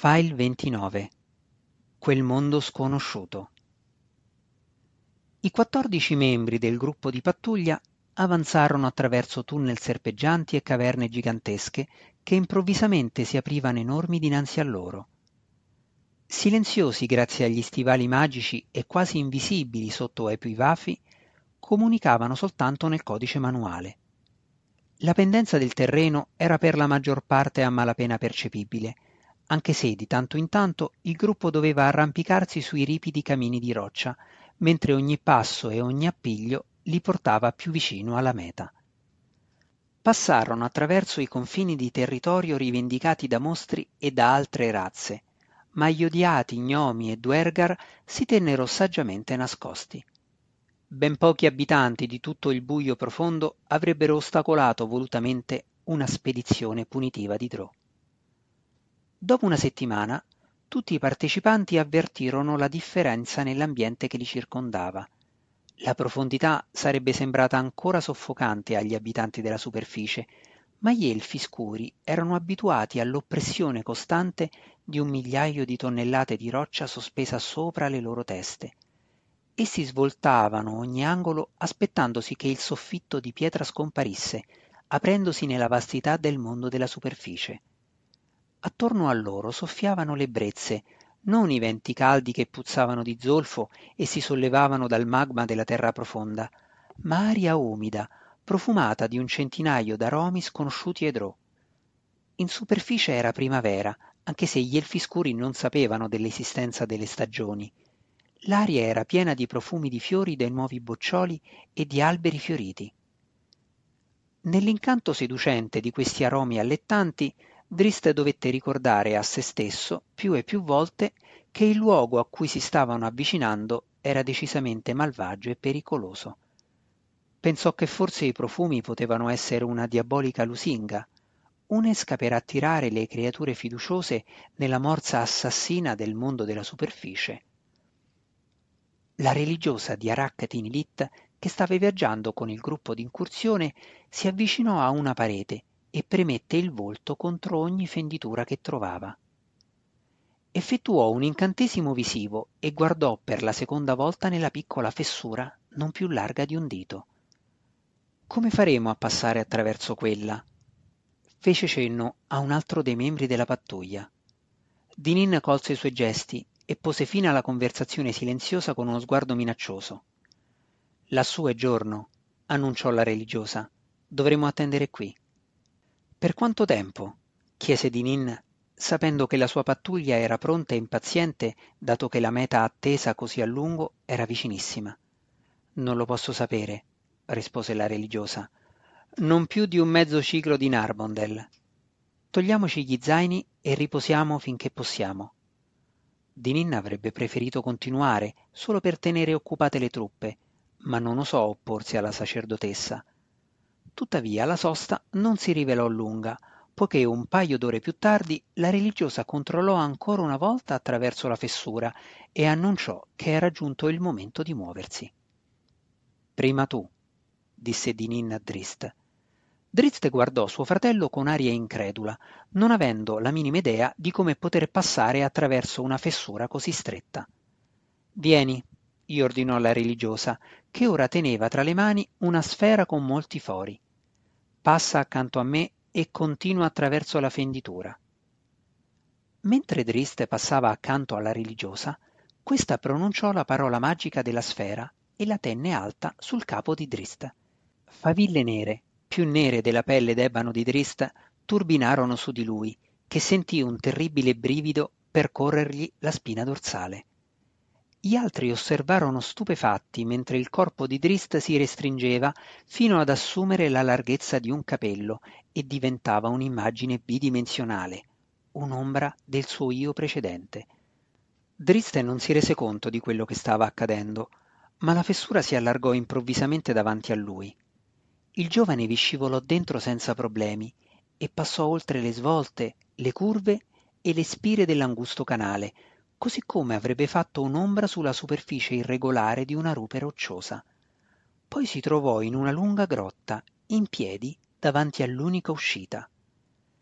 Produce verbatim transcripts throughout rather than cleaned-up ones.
File ventinove. Quel mondo sconosciuto. I quattordici membri del gruppo di pattuglia avanzarono attraverso tunnel serpeggianti e caverne gigantesche che improvvisamente si aprivano enormi dinanzi a loro. Silenziosi grazie agli stivali magici e quasi invisibili sotto equi baffi, comunicavano soltanto nel codice manuale. La pendenza del terreno era per la maggior parte a malapena percepibile, anche se di tanto in tanto il gruppo doveva arrampicarsi sui ripidi camini di roccia, mentre ogni passo e ogni appiglio li portava più vicino alla meta. Passarono attraverso i confini di territorio rivendicati da mostri e da altre razze, ma gli odiati gnomi e duergar si tennero saggiamente nascosti. Ben pochi abitanti di tutto il buio profondo avrebbero ostacolato volutamente una spedizione punitiva di Drò. Dopo una settimana, tutti i partecipanti avvertirono la differenza nell'ambiente che li circondava. La profondità sarebbe sembrata ancora soffocante agli abitanti della superficie, ma gli elfi scuri erano abituati all'oppressione costante di un migliaio di tonnellate di roccia sospesa sopra le loro teste. Essi svoltavano ogni angolo aspettandosi che il soffitto di pietra scomparisse, aprendosi nella vastità del mondo della superficie. Attorno a loro soffiavano le brezze, non i venti caldi che puzzavano di zolfo e si sollevavano dal magma della terra profonda, ma aria umida, profumata di un centinaio d'aromi sconosciuti ai Drò. In superficie era primavera, anche se gli elfi scuri non sapevano dell'esistenza delle stagioni. L'aria era piena di profumi di fiori dai nuovi boccioli e di alberi fioriti. Nell'incanto seducente di questi aromi allettanti, Drist dovette ricordare a se stesso più e più volte che il luogo a cui si stavano avvicinando era decisamente malvagio e pericoloso. Pensò che forse i profumi potevano essere una diabolica lusinga, un'esca per attirare le creature fiduciose nella morsa assassina del mondo della superficie. La religiosa di Arak-Tinilit, che stava viaggiando con il gruppo d'incursione, si avvicinò a una parete e premette il volto contro ogni fenditura che trovava. Effettuò un incantesimo visivo e guardò per la seconda volta nella piccola fessura non più larga di un dito. «Come faremo a passare attraverso quella?» Fece cenno a un altro dei membri della pattuglia. Dinin colse i suoi gesti e pose fine alla conversazione silenziosa con uno sguardo minaccioso. «Lassù è giorno», annunciò la religiosa. «Dovremo attendere qui». «Per quanto tempo?» chiese Dinin, sapendo che la sua pattuglia era pronta e impaziente, dato che la meta attesa così a lungo era vicinissima. «Non lo posso sapere», rispose la religiosa. «Non più di un mezzo ciclo di Narbondel. Togliamoci gli zaini e riposiamo finché possiamo». Dinin avrebbe preferito continuare solo per tenere occupate le truppe, ma non osò opporsi alla sacerdotessa. Tuttavia la sosta non si rivelò lunga, poiché un paio d'ore più tardi la religiosa controllò ancora una volta attraverso la fessura e annunciò che era giunto il momento di muoversi. «Prima tu», disse Dinin a Drist. Drist guardò suo fratello con aria incredula, non avendo la minima idea di come poter passare attraverso una fessura così stretta. «Vieni», gli ordinò la religiosa, che ora teneva tra le mani una sfera con molti fori. «Passa accanto a me e continua attraverso la fenditura». Mentre Drist passava accanto alla religiosa, questa pronunciò la parola magica della sfera e la tenne alta sul capo di Drist. Faville nere, più nere della pelle d'ebano di Drist, turbinarono su di lui, che sentì un terribile brivido percorrergli la spina dorsale. Gli altri osservarono stupefatti mentre il corpo di Drist si restringeva fino ad assumere la larghezza di un capello e diventava un'immagine bidimensionale, un'ombra del suo io precedente. Drist non si rese conto di quello che stava accadendo, ma la fessura si allargò improvvisamente davanti a lui. Il giovane vi scivolò dentro senza problemi e passò oltre le svolte, le curve e le spire dell'angusto canale, così come avrebbe fatto un'ombra sulla superficie irregolare di una rupe rocciosa. Poi si trovò in una lunga grotta, in piedi, davanti all'unica uscita.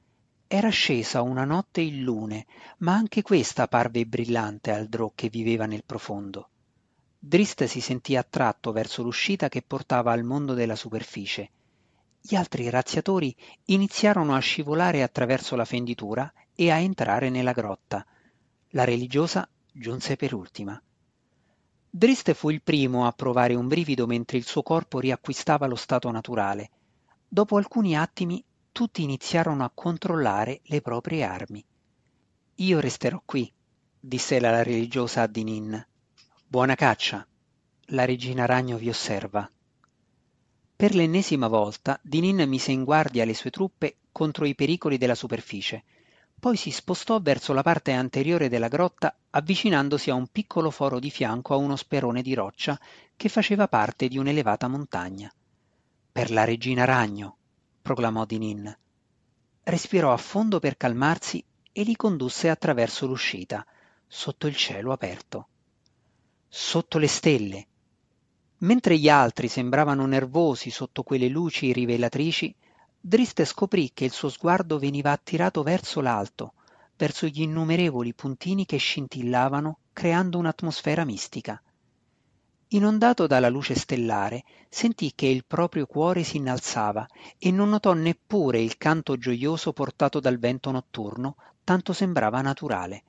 Era scesa una notte il lune, ma anche questa parve brillante al Drò che viveva nel profondo. Drist si sentì attratto verso l'uscita che portava al mondo della superficie. Gli altri razziatori iniziarono a scivolare attraverso la fenditura e a entrare nella grotta. La religiosa giunse per ultima. Drist fu il primo a provare un brivido mentre il suo corpo riacquistava lo stato naturale. Dopo alcuni attimi tutti iniziarono a controllare le proprie armi. Io resterò qui, disse la religiosa a Dinin. Buona caccia. La regina ragno vi osserva. Per l'ennesima volta Dinin mise in guardia le sue truppe contro i pericoli della superficie. Poi si spostò verso la parte anteriore della grotta, avvicinandosi a un piccolo foro di fianco a uno sperone di roccia che faceva parte di un'elevata montagna. Per la regina ragno, proclamò Dinin. Respirò a fondo per calmarsi e li condusse attraverso l'uscita, sotto il cielo aperto. Sotto le stelle. Mentre gli altri sembravano nervosi sotto quelle luci rivelatrici, Drist scoprì che il suo sguardo veniva attirato verso l'alto, verso gli innumerevoli puntini che scintillavano, creando un'atmosfera mistica. Inondato dalla luce stellare, sentì che il proprio cuore si innalzava e non notò neppure il canto gioioso portato dal vento notturno, tanto sembrava naturale.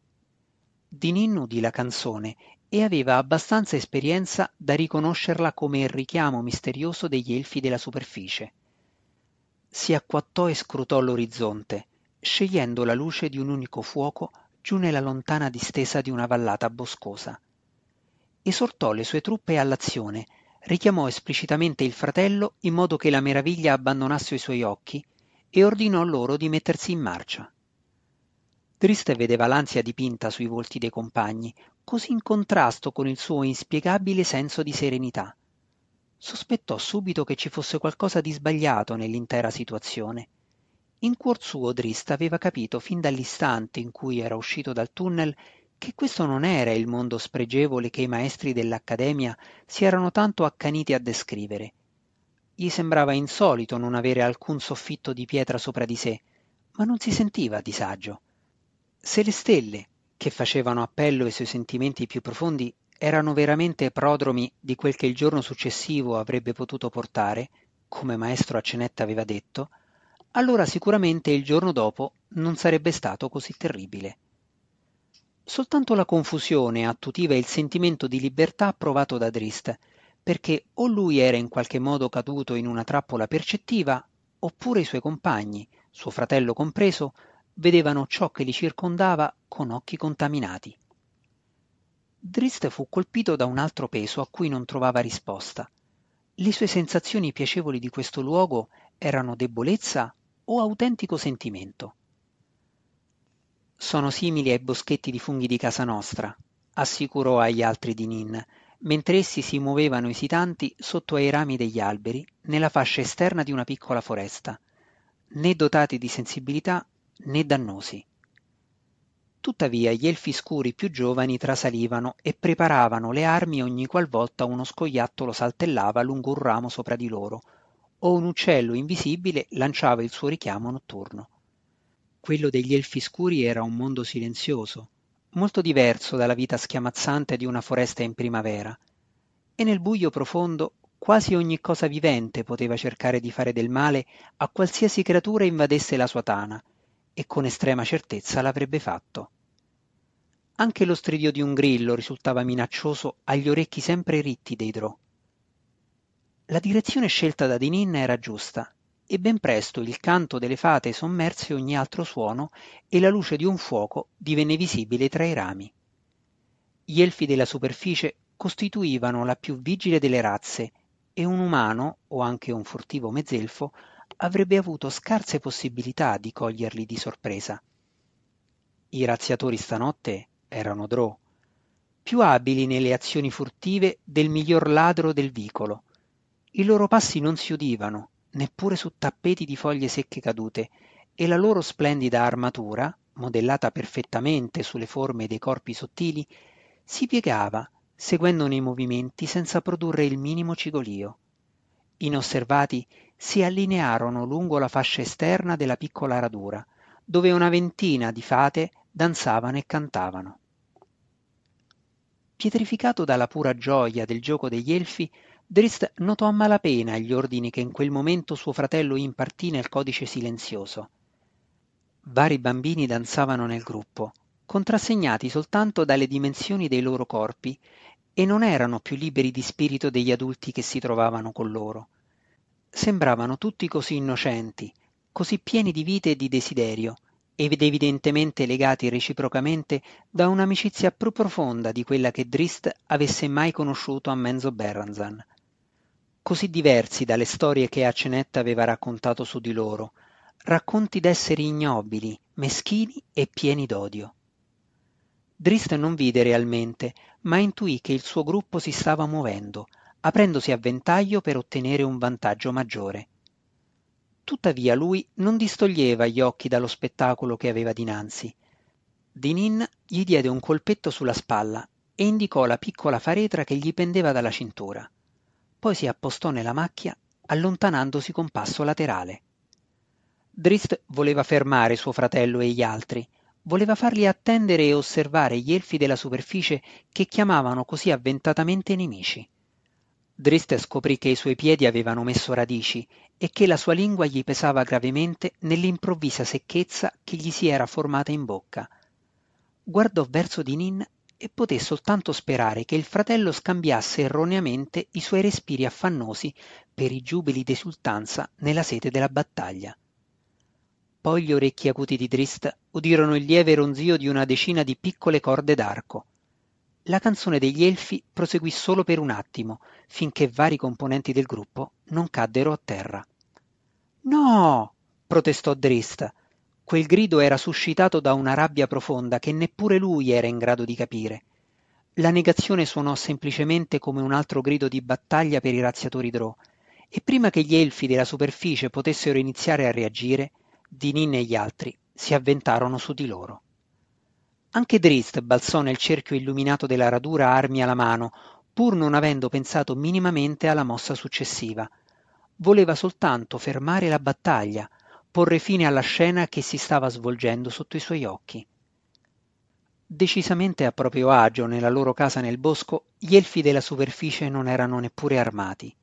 Dinin udì la canzone e aveva abbastanza esperienza da riconoscerla come il richiamo misterioso degli elfi della superficie. Si acquattò e scrutò l'orizzonte, scegliendo la luce di un unico fuoco giù nella lontana distesa di una vallata boscosa. Esortò le sue truppe all'azione, richiamò esplicitamente il fratello in modo che la meraviglia abbandonasse i suoi occhi e ordinò loro di mettersi in marcia. Drist vedeva l'ansia dipinta sui volti dei compagni, così in contrasto con il suo inspiegabile senso di serenità. Sospettò subito che ci fosse qualcosa di sbagliato nell'intera situazione. In cuor suo Drist aveva capito fin dall'istante in cui era uscito dal tunnel che questo non era il mondo spregevole che i maestri dell'Accademia si erano tanto accaniti a descrivere. Gli sembrava insolito non avere alcun soffitto di pietra sopra di sé, ma non si sentiva a disagio. Se le stelle, che facevano appello ai suoi sentimenti più profondi, erano veramente prodromi di quel che il giorno successivo avrebbe potuto portare, come maestro Acenetta aveva detto, allora sicuramente il giorno dopo non sarebbe stato così terribile. Soltanto la confusione attutiva il sentimento di libertà provato da Drist, perché o lui era in qualche modo caduto in una trappola percettiva, oppure i suoi compagni, suo fratello compreso, vedevano ciò che li circondava con occhi contaminati. Drist fu colpito da un altro peso a cui non trovava risposta. Le sue sensazioni piacevoli di questo luogo erano debolezza o autentico sentimento? Sono simili ai boschetti di funghi di casa nostra, assicurò agli altri Dinin, mentre essi si muovevano esitanti sotto ai rami degli alberi nella fascia esterna di una piccola foresta, né dotati di sensibilità né dannosi. Tuttavia gli elfi scuri più giovani trasalivano e preparavano le armi ogni qualvolta uno scoiattolo saltellava lungo un ramo sopra di loro, o un uccello invisibile lanciava il suo richiamo notturno. Quello degli elfi scuri era un mondo silenzioso, molto diverso dalla vita schiamazzante di una foresta in primavera, e nel buio profondo quasi ogni cosa vivente poteva cercare di fare del male a qualsiasi creatura invadesse la sua tana, e con estrema certezza l'avrebbe fatto. Anche lo stridio di un grillo risultava minaccioso agli orecchi sempre ritti dei Drò. La direzione scelta da Dinin era giusta, e ben presto il canto delle fate sommerse ogni altro suono e la luce di un fuoco divenne visibile tra i rami. Gli elfi della superficie costituivano la più vigile delle razze e un umano, o anche un furtivo mezzelfo, avrebbe avuto scarse possibilità di coglierli di sorpresa. I razziatori stanotte erano Drò, più abili nelle azioni furtive del miglior ladro del vicolo. I loro passi non si udivano, neppure su tappeti di foglie secche cadute, e la loro splendida armatura, modellata perfettamente sulle forme dei corpi sottili, si piegava, seguendone i movimenti senza produrre il minimo cigolio. Inosservati si allinearono lungo la fascia esterna della piccola radura, dove una ventina di fate danzavano e cantavano. Pietrificato dalla pura gioia del gioco degli elfi, Drist notò a malapena gli ordini che in quel momento suo fratello impartì nel codice silenzioso. Vari bambini danzavano nel gruppo, contrassegnati soltanto dalle dimensioni dei loro corpi, e non erano più liberi di spirito degli adulti che si trovavano con loro. Sembravano tutti così innocenti, così pieni di vita e di desiderio, ed evidentemente legati reciprocamente da un'amicizia più profonda di quella che Drist avesse mai conosciuto a Menzo Berranzan. Così diversi dalle storie che Acenetta aveva raccontato su di loro, racconti d'esseri ignobili, meschini e pieni d'odio. Drist non vide realmente, ma intuì che il suo gruppo si stava muovendo, aprendosi a ventaglio per ottenere un vantaggio maggiore. Tuttavia lui non distoglieva gli occhi dallo spettacolo che aveva dinanzi. Dinin gli diede un colpetto sulla spalla e indicò la piccola faretra che gli pendeva dalla cintura. Poi si appostò nella macchia, allontanandosi con passo laterale. Drist voleva fermare suo fratello e gli altri, voleva farli attendere e osservare gli elfi della superficie che chiamavano così avventatamente nemici. Drist scoprì che i suoi piedi avevano messo radici e che la sua lingua gli pesava gravemente nell'improvvisa secchezza che gli si era formata in bocca. Guardò verso Dinin e poté soltanto sperare che il fratello scambiasse erroneamente i suoi respiri affannosi per i giubili d'esultanza nella sete della battaglia. Poi gli orecchi acuti di Drist udirono il lieve ronzio di una decina di piccole corde d'arco. La canzone degli elfi proseguì solo per un attimo, finché vari componenti del gruppo non caddero a terra. «No!» protestò Drist. Quel grido era suscitato da una rabbia profonda che neppure lui era in grado di capire. La negazione suonò semplicemente come un altro grido di battaglia per i razziatori Drow, e prima che gli elfi della superficie potessero iniziare a reagire, Dinin e gli altri si avventarono su di loro. Anche Drist balzò nel cerchio illuminato della radura armi alla mano, pur non avendo pensato minimamente alla mossa successiva. Voleva soltanto fermare la battaglia, porre fine alla scena che si stava svolgendo sotto i suoi occhi. Decisamente a proprio agio nella loro casa nel bosco, gli elfi della superficie non erano neppure armati.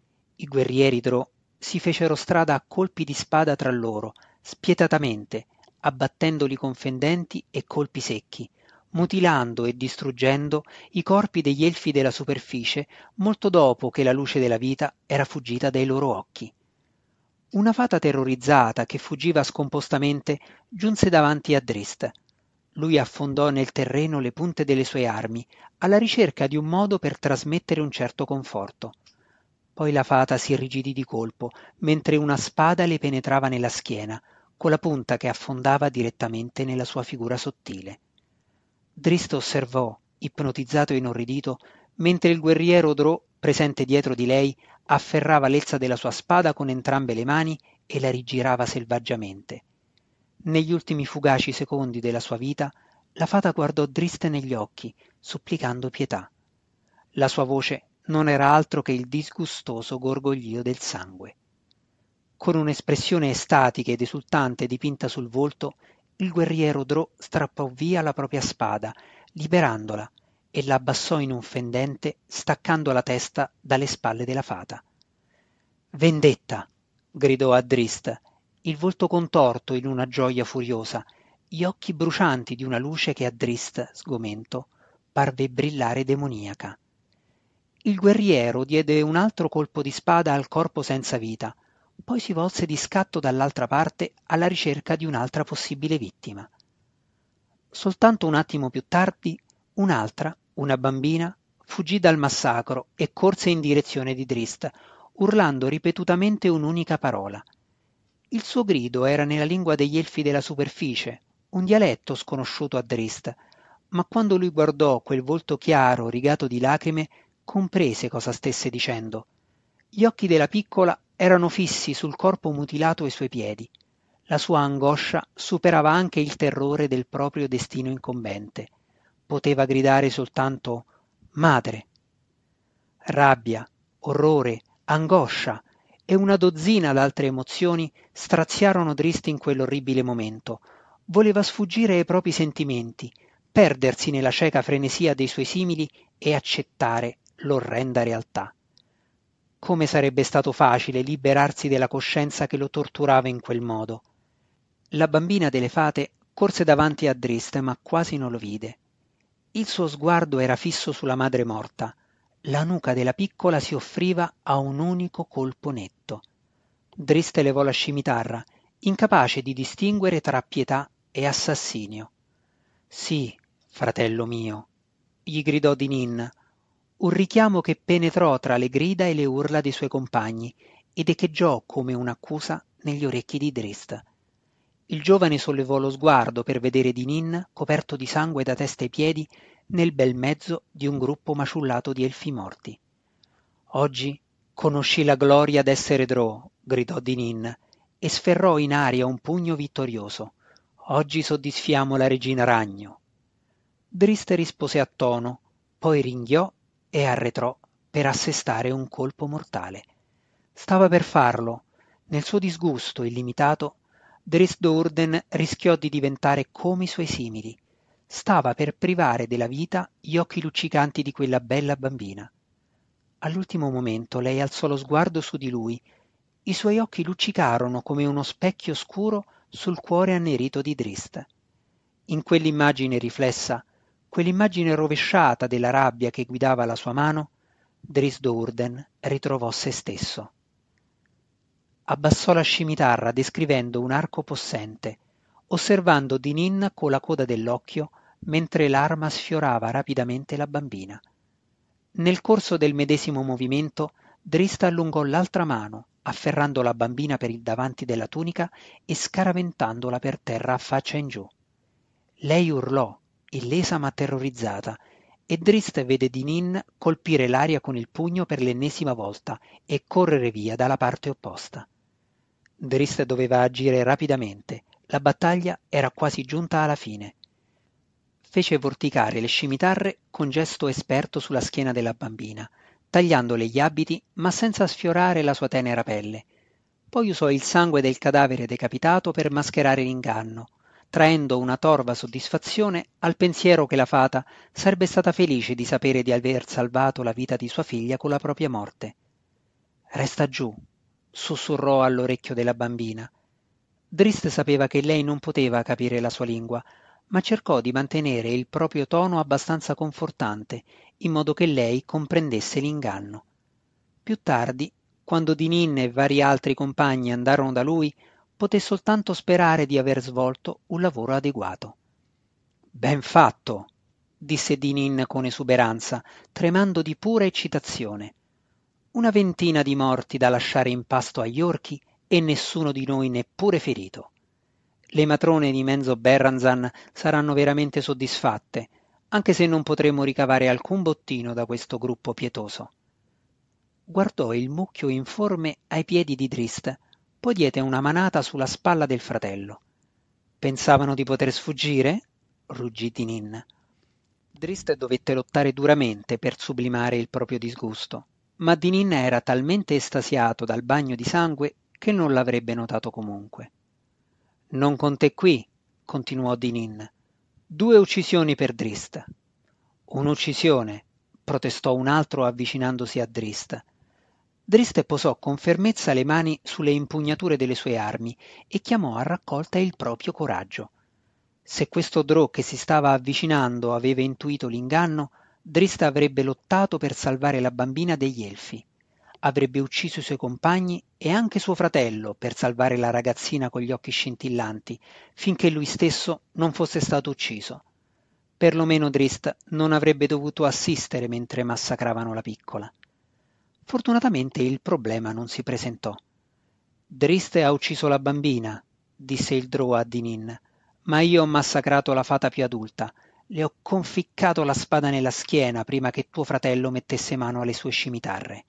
I guerrieri Drow si fecero strada a colpi di spada tra loro, spietatamente, abbattendoli con fendenti e colpi secchi, mutilando e distruggendo i corpi degli elfi della superficie molto dopo che la luce della vita era fuggita dai loro occhi. Una fata terrorizzata che fuggiva scompostamente giunse davanti a Drist. Lui affondò nel terreno le punte delle sue armi, alla ricerca di un modo per trasmettere un certo conforto. Poi la fata si irrigidì di colpo, mentre una spada le penetrava nella schiena, con la punta che affondava direttamente nella sua figura sottile. Drist osservò, ipnotizzato e inorridito, mentre il guerriero Drow, presente dietro di lei, afferrava l'elsa della sua spada con entrambe le mani e la rigirava selvaggiamente. Negli ultimi fugaci secondi della sua vita, la fata guardò Drist negli occhi, supplicando pietà. La sua voce non era altro che il disgustoso gorgoglio del sangue. Con un'espressione estatica ed esultante dipinta sul volto, il guerriero Drow strappò via la propria spada, liberandola, e la abbassò in un fendente, staccando la testa dalle spalle della fata. «Vendetta!» gridò a Drist, il volto contorto in una gioia furiosa, gli occhi brucianti di una luce che a Drist, sgomento, parve brillare demoniaca. Il guerriero diede un altro colpo di spada al corpo senza vita, poi si volse di scatto dall'altra parte alla ricerca di un'altra possibile vittima. Soltanto un attimo più tardi, un'altra, una bambina, fuggì dal massacro e corse in direzione di Drist, urlando ripetutamente un'unica parola. Il suo grido era nella lingua degli elfi della superficie, un dialetto sconosciuto a Drist, ma quando lui guardò quel volto chiaro, rigato di lacrime, comprese cosa stesse dicendo. Gli occhi della piccola erano fissi sul corpo mutilato ai suoi piedi. La sua angoscia superava anche il terrore del proprio destino incombente. Poteva gridare soltanto «Madre!». Rabbia, orrore, angoscia e una dozzina d'altre emozioni straziarono Drist in quell'orribile momento. Voleva sfuggire ai propri sentimenti, perdersi nella cieca frenesia dei suoi simili e accettare l'orrenda realtà. Come sarebbe stato facile liberarsi della coscienza che lo torturava in quel modo. La bambina delle fate corse davanti a Drist, ma quasi non lo vide. Il suo sguardo era fisso sulla madre morta. La nuca della piccola si offriva a un unico colpo netto. Drist levò la scimitarra, incapace di distinguere tra pietà e assassinio. «Sì, fratello mio», gli gridò Dinin, un richiamo che penetrò tra le grida e le urla dei suoi compagni ed echeggiò come un'accusa negli orecchi di Drist. Il giovane sollevò lo sguardo per vedere Dinin, coperto di sangue da testa ai piedi, nel bel mezzo di un gruppo maciullato di elfi morti. «Oggi conosci la gloria d'essere Drow», gridò Dinin, e sferrò in aria un pugno vittorioso. «Oggi soddisfiamo la regina ragno». Drist rispose a tono, poi ringhiò e arretrò per assestare un colpo mortale. Stava per farlo. Nel suo disgusto illimitato, Drizzt Do'Urden rischiò di diventare come i suoi simili. Stava per privare della vita gli occhi luccicanti di quella bella bambina. All'ultimo momento lei alzò lo sguardo su di lui. I suoi occhi luccicarono come uno specchio scuro sul cuore annerito di Drizzt. In quell'immagine riflessa, quell'immagine rovesciata della rabbia che guidava la sua mano, Drizzt Do'Urden ritrovò se stesso. Abbassò la scimitarra descrivendo un arco possente, osservando Dinin con la coda dell'occhio mentre l'arma sfiorava rapidamente la bambina. Nel corso del medesimo movimento Drizzt allungò l'altra mano, afferrando la bambina per il davanti della tunica e scaraventandola per terra a faccia in giù. Lei urlò, illesa ma terrorizzata, e Drizzt vede Dinin colpire l'aria con il pugno per l'ennesima volta e correre via dalla parte opposta. Drizzt doveva agire rapidamente, la battaglia era quasi giunta alla fine. Fece vorticare le scimitarre con gesto esperto sulla schiena della bambina, tagliandole gli abiti ma senza sfiorare la sua tenera pelle. Poi usò il sangue del cadavere decapitato per mascherare l'inganno, traendo una torva soddisfazione al pensiero che la fata sarebbe stata felice di sapere di aver salvato la vita di sua figlia con la propria morte. «Resta giù», sussurrò all'orecchio della bambina. Drizzt sapeva che lei non poteva capire la sua lingua, ma cercò di mantenere il proprio tono abbastanza confortante, in modo che lei comprendesse l'inganno. Più tardi, quando Dinin e vari altri compagni andarono da lui, poté soltanto sperare di aver svolto un lavoro adeguato. «Ben fatto», disse Dinin con esuberanza, tremando di pura eccitazione. «Una ventina di morti da lasciare in pasto agli orchi e nessuno di noi neppure ferito. Le matrone di Menzo Berranzan saranno veramente soddisfatte, anche se non potremo ricavare alcun bottino da questo gruppo pietoso». Guardò il mucchio informe ai piedi di Drizzt, poi diede una manata sulla spalla del fratello. «Pensavano di poter sfuggire?» ruggì Dinin. Drizzt dovette lottare duramente per sublimare il proprio disgusto, ma Dinin era talmente estasiato dal bagno di sangue che non l'avrebbe notato comunque. «Non con te qui», continuò Dinin. «Due uccisioni per Drizzt». «Un'uccisione», protestò un altro avvicinandosi a Drizzt. Drizzt posò con fermezza le mani sulle impugnature delle sue armi e chiamò a raccolta il proprio coraggio. Se questo Drow che si stava avvicinando aveva intuito l'inganno, Drizzt avrebbe lottato per salvare la bambina degli Elfi. Avrebbe ucciso i suoi compagni e anche suo fratello per salvare la ragazzina con gli occhi scintillanti, finché lui stesso non fosse stato ucciso. Perlomeno Drizzt non avrebbe dovuto assistere mentre massacravano la piccola. Fortunatamente il problema non si presentò. «Drizzt ha ucciso la bambina», disse il Drow a Dinin, «ma io ho massacrato la fata più adulta. Le ho conficcato la spada nella schiena prima che tuo fratello mettesse mano alle sue scimitarre».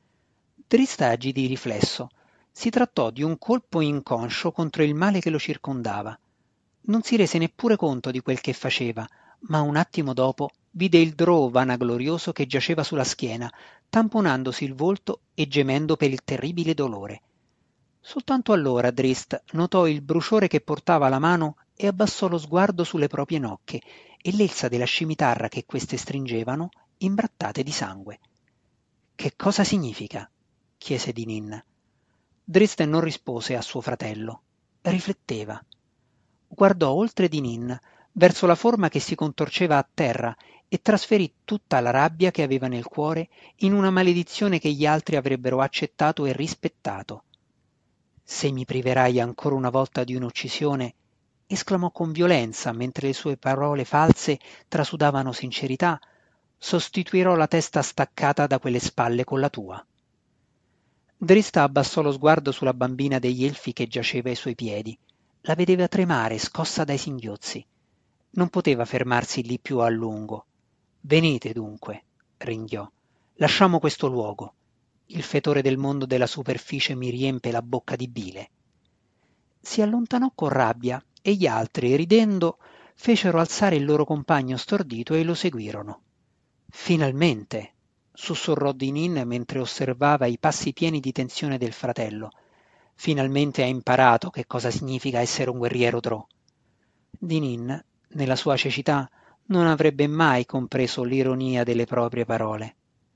Drizzt agì di riflesso. Si trattò di un colpo inconscio contro il male che lo circondava. Non si rese neppure conto di quel che faceva, ma un attimo dopo vide il drò vanaglorioso che giaceva sulla schiena, tamponandosi il volto e gemendo per il terribile dolore. Soltanto allora Drist notò il bruciore che portava la mano e abbassò lo sguardo sulle proprie nocche e l'elsa della scimitarra che queste stringevano, imbrattate di sangue. «Che cosa significa?» chiese Dinin. Drist non rispose a suo fratello. Rifletteva. Guardò oltre Dinin, verso la forma che si contorceva a terra, e trasferì tutta la rabbia che aveva nel cuore in una maledizione che gli altri avrebbero accettato e rispettato. «Se mi priverai ancora una volta di un'uccisione», esclamò con violenza mentre le sue parole false trasudavano sincerità, «sostituirò la testa staccata da quelle spalle con la tua». Drista abbassò lo sguardo sulla bambina degli elfi che giaceva ai suoi piedi. La vedeva tremare, scossa dai singhiozzi. Non poteva fermarsi lì più a lungo. «Venite dunque», ringhiò, «lasciamo questo luogo. Il fetore del mondo della superficie mi riempie la bocca di bile». Si allontanò con rabbia e gli altri, ridendo, fecero alzare il loro compagno stordito e lo seguirono. «Finalmente!» sussurrò Dinin mentre osservava i passi pieni di tensione del fratello. «Finalmente hai imparato che cosa significa essere un guerriero drò». Dinin, nella sua cecità, non avrebbe mai compreso l'ironia delle proprie parole.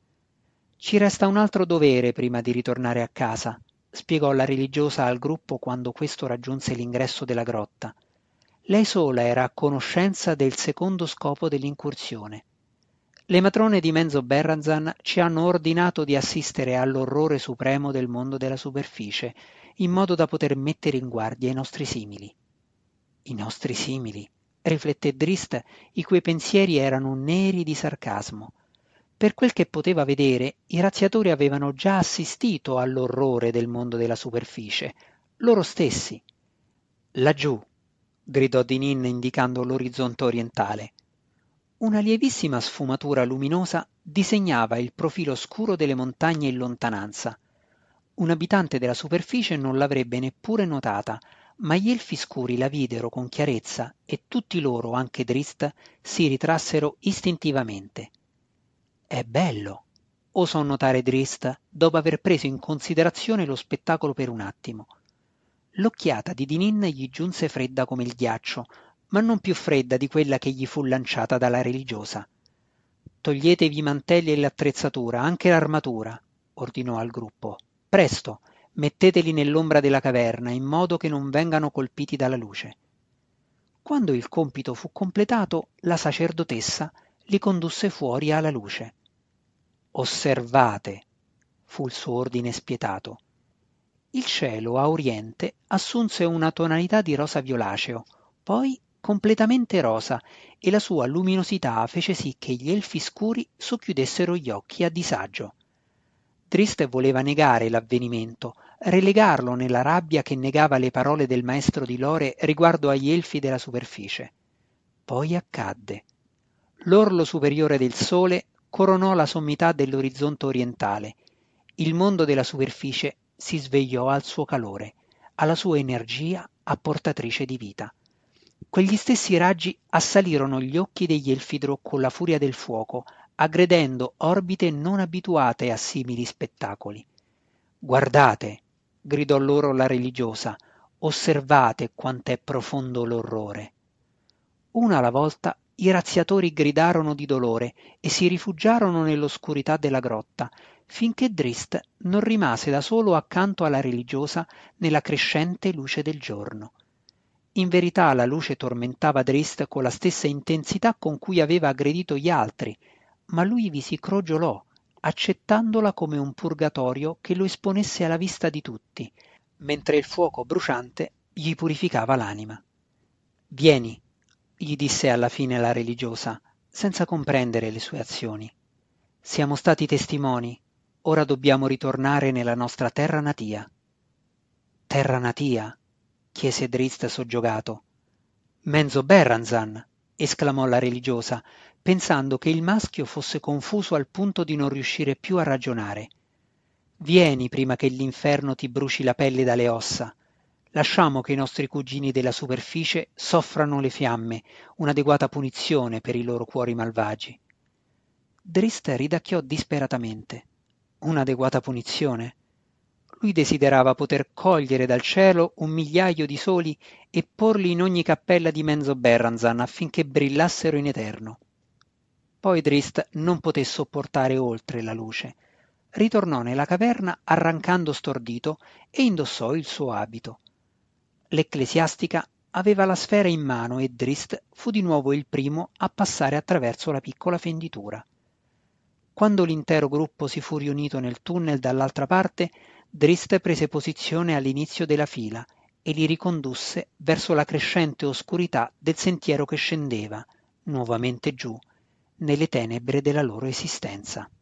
«Ci resta un altro dovere prima di ritornare a casa», spiegò la religiosa al gruppo quando questo raggiunse l'ingresso della grotta. Lei sola era a conoscenza del secondo scopo dell'incursione. «Le matrone di Menzoberranzan ci hanno ordinato di assistere all'orrore supremo del mondo della superficie, in modo da poter mettere in guardia i nostri simili». «I nostri simili», rifletté Drist, i cui pensieri erano neri di sarcasmo. Per quel che poteva vedere, i razziatori avevano già assistito all'orrore del mondo della superficie, loro stessi. «Laggiù», gridò Dinin indicando l'orizzonte orientale. Una lievissima sfumatura luminosa disegnava il profilo scuro delle montagne in lontananza. Un abitante della superficie non l'avrebbe neppure notata, ma gli elfi scuri la videro con chiarezza e tutti loro, anche Drist, si ritrassero istintivamente. «È bello», osò notare Drist dopo aver preso in considerazione lo spettacolo per un attimo. L'occhiata di Dinin gli giunse fredda come il ghiaccio, ma non più fredda di quella che gli fu lanciata dalla religiosa. «Toglietevi i mantelli e l'attrezzatura, anche l'armatura», ordinò al gruppo. «Presto, metteteli nell'ombra della caverna, in modo che non vengano colpiti dalla luce». Quando il compito fu completato, la sacerdotessa li condusse fuori alla luce. «Osservate», fu il suo ordine spietato. Il cielo a oriente assunse una tonalità di rosa violaceo, poi completamente rosa, e la sua luminosità fece sì che gli elfi scuri socchiudessero gli occhi a disagio. Drist voleva negare l'avvenimento, relegarlo nella rabbia che negava le parole del maestro di Lore riguardo agli elfi della superficie. Poi accadde. L'orlo superiore del sole coronò la sommità dell'orizzonte orientale. Il mondo della superficie si svegliò al suo calore, alla sua energia apportatrice di vita. Quegli stessi raggi assalirono gli occhi degli elfidro con la furia del fuoco, aggredendo orbite non abituate a simili spettacoli. «Guardate», gridò loro la religiosa, «osservate quant'è profondo l'orrore». Una alla volta i razziatori gridarono di dolore e si rifugiarono nell'oscurità della grotta, finché Drist non rimase da solo accanto alla religiosa nella crescente luce del giorno. In verità la luce tormentava Drist con la stessa intensità con cui aveva aggredito gli altri, ma lui vi si crogiolò, accettandola come un purgatorio che lo esponesse alla vista di tutti, mentre il fuoco bruciante gli purificava l'anima. «Vieni», gli disse alla fine la religiosa, senza comprendere le sue azioni. «Siamo stati testimoni, ora dobbiamo ritornare nella nostra terra natia». «Terra natia?» chiese Drist soggiogato. «Menzoberranzan», esclamò la religiosa, pensando che il maschio fosse confuso al punto di non riuscire più a ragionare. «Vieni prima che l'inferno ti bruci la pelle dalle ossa. Lasciamo che i nostri cugini della superficie soffrano le fiamme, un'adeguata punizione per i loro cuori malvagi». Drist ridacchiò disperatamente. Un'adeguata punizione? Lui desiderava poter cogliere dal cielo un migliaio di soli e porli in ogni cappella di Menzoberranzan affinché brillassero in eterno. Poi Drist non poté sopportare oltre la luce. Ritornò nella caverna arrancando stordito e indossò il suo abito. L'ecclesiastica aveva la sfera in mano e Drist fu di nuovo il primo a passare attraverso la piccola fenditura. Quando l'intero gruppo si fu riunito nel tunnel dall'altra parte, Drist prese posizione all'inizio della fila e li ricondusse verso la crescente oscurità del sentiero che scendeva, nuovamente giù, nelle tenebre della loro esistenza.